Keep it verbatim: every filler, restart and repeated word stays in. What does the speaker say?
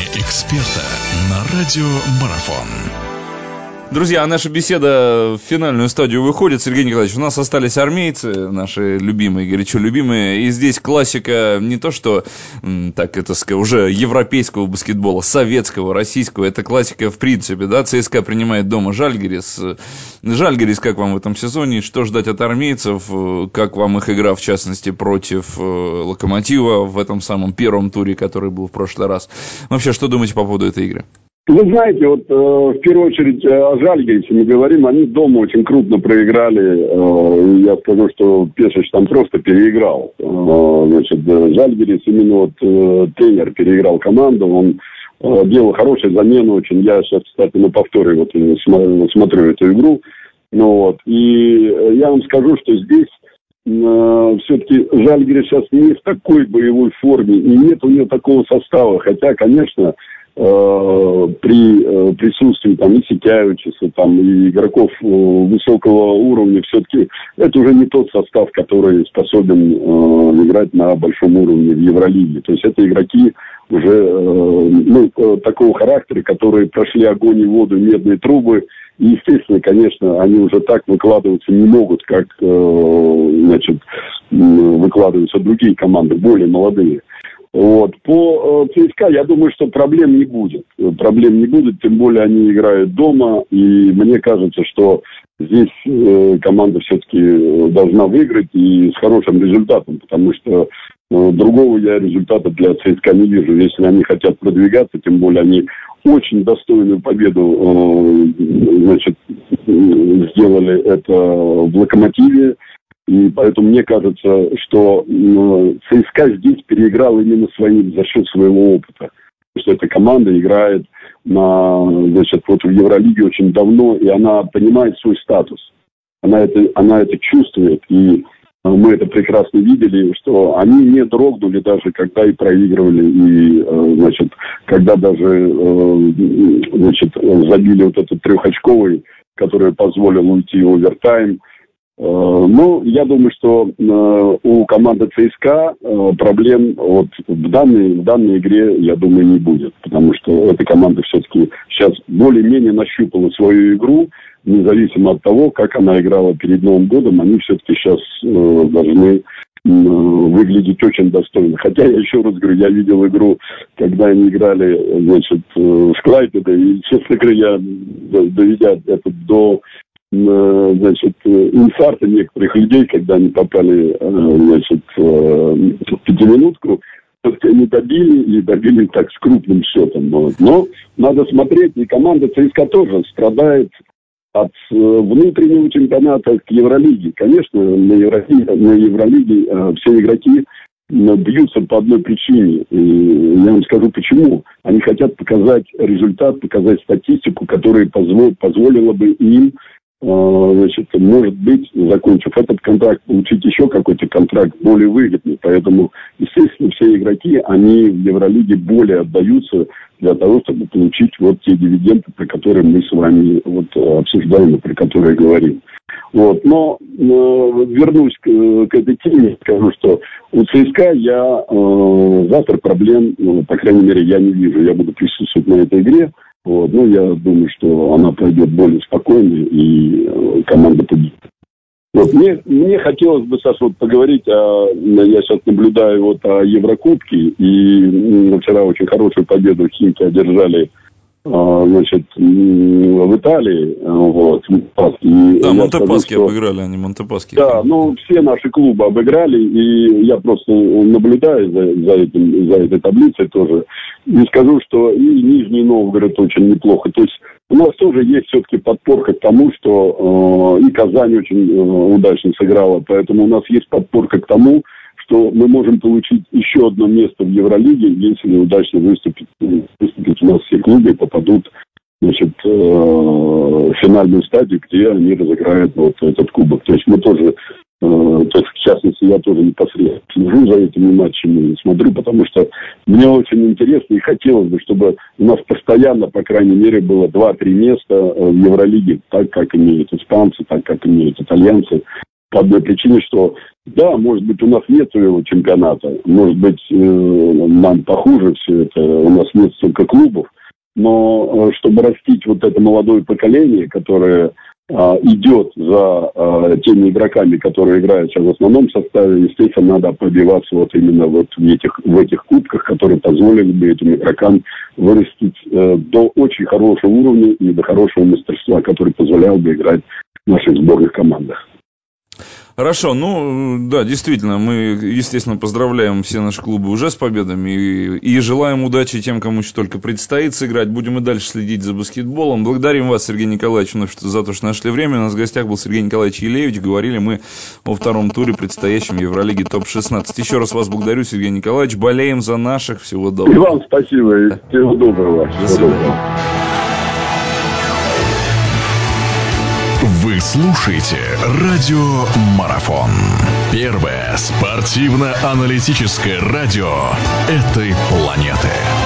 эксперта на радио Марафон. Друзья, наша беседа в финальную стадию выходит. Сергей Николаевич, у нас остались армейцы, наши любимые, горячо любимые. И здесь классика не то, что, так это сказать, уже европейского баскетбола, советского, российского. Это классика в принципе, да. ЦСКА принимает дома Жальгирис. Жальгирис, как вам в этом сезоне? Что ждать от армейцев? Как вам их игра, в частности, против Локомотива в этом самом первом туре, который был в прошлый раз? Вообще, что думаете по поводу этой игры? Вы знаете, вот э, в первую очередь о Жальгирисе мы говорим, они дома очень крупно проиграли. Э, я скажу, что Пешич там просто переиграл. Э, значит, Жальгирис, именно вот э, тренер переиграл команду, он э, делал хорошую замену очень. Я сейчас, кстати, на повторе вот, смотрю, смотрю эту игру. Ну, вот, и я вам скажу, что здесь э, все-таки Жальгирис сейчас не в такой боевой форме, и нет у него такого состава. Хотя, конечно, при присутствии там и Сикявича, там и игроков высокого уровня, все-таки это уже не тот состав, который способен э, играть на большом уровне в Евролиге. То есть это игроки уже э, ну, такого характера, которые прошли огонь и воду, медные трубы. И, естественно, конечно, они уже так выкладываться не могут, как э, значит, выкладываются другие команды, более молодые. Вот. По э, ЦСКА, я думаю, что проблем не будет. Проблем не будет, тем более они играют дома. И мне кажется, что здесь э, команда все-таки должна выиграть и с хорошим результатом. Потому что э, другого я результата для ЦСКА не вижу. Если они хотят продвигаться, тем более они очень достойную победу э, значит, сделали это в Локомотиве. И поэтому мне кажется, что э, ЦСКА здесь переиграл именно своим, за счет своего опыта. Потому что эта команда играет на, значит, вот в Евролиге очень давно, и она понимает свой статус. Она это, она это чувствует, и э, мы это прекрасно видели, что они не дрогнули даже, когда и проигрывали, и, э, значит, когда даже э, значит, забили вот этот трехочковый, который позволил уйти в овертайм. Ну, я думаю, что э, у команды ЦСКА э, проблем вот в данной, в данной игре, я думаю, не будет. Потому что эта команда все-таки сейчас более-менее нащупала свою игру, независимо от того, как она играла перед Новым годом, они все-таки сейчас э, должны э, выглядеть очень достойно. Хотя, я еще раз говорю, я видел игру, когда они играли, значит, э, с Клайпедой, и, честно говоря, я, доведя это до... значит, инфаркта некоторых людей, когда они попали, значит, в пятиминутку, они добили, и добили так с крупным счетом. Но надо смотреть, и команда ЦСКА тоже страдает от внутреннего чемпионата к Евролиге. Конечно, на Евролиге, на Евролиге все игроки бьются по одной причине. И я вам скажу почему. Они хотят показать результат, показать статистику, которая позвол, позволила бы им, значит, может быть, закончив этот контракт, получить еще какой-то контракт более выгодный. Поэтому, естественно, все игроки, они в Евролиге более отдаются для того, чтобы получить вот те дивиденды, про которые мы с вами вот обсуждаем и про которые говорим. Вот. Но э, вернусь к, к этой теме, скажу, что у ЦСКА я э, завтра проблем, ну, по крайней мере, я не вижу. Я буду присутствовать на этой игре. Вот. Ну, я думаю, что она пройдет более спокойно, и э, команда победит. Вот. Мне, мне хотелось бы, Саша, вот поговорить, о, я сейчас наблюдаю вот о Еврокубке, и м, вчера очень хорошую победу Химки одержали, а, значит, в Италии. Вот, и да, Монтепасchi что... обыграли, они Монтепасchi. Да, ну, все наши клубы обыграли, и я просто наблюдаю за, за, этим, за этой таблицей тоже. И скажу, что и Нижний Новгород очень неплохо. То есть у нас тоже есть все-таки подпорка к тому, что э, и Казань очень э, удачно сыграла. Поэтому у нас есть подпорка к тому, что мы можем получить еще одно место в Евролиге, если удачно выступить, выступить у нас все клубы и попадут, значит, э, в финальную стадию, где они разыграют вот этот кубок. То есть мы тоже, э, то есть в частности, я тоже непосредственно слежу за этими матчами, смотрю, потому что мне очень интересно и хотелось бы, чтобы у нас постоянно, по крайней мере, было два-три места в Евролиге, так как имеют испанцы, так как имеют итальянцы. По одной причине, что да, может быть, у нас нет своего чемпионата, может быть, нам похуже все это, у нас нет столько клубов, но чтобы растить вот это молодое поколение, которое а, идет за а, теми игроками, которые играют сейчас в основном составе, естественно, надо пробиваться вот именно вот в этих, в этих кубках, которые позволили бы этим игрокам вырастить э, до очень хорошего уровня и до хорошего мастерства, который позволял бы играть в наших сборных командах. Хорошо, ну, да, действительно, мы, естественно, поздравляем все наши клубы уже с победами и, и желаем удачи тем, кому еще только предстоит сыграть. Будем и дальше следить за баскетболом. Благодарим вас, Сергей Николаевич, вновь за то, что нашли время. У нас в гостях был Сергей Николаевич Елевич. Говорили мы о втором туре предстоящем Евролиги топ шестнадцать. Еще раз вас благодарю, Сергей Николаевич. Болеем за наших. Всего доброго. И вам спасибо. И всего доброго. До свидания. Вы слушаете Радио Марафон. Первое спортивно-аналитическое радио этой планеты.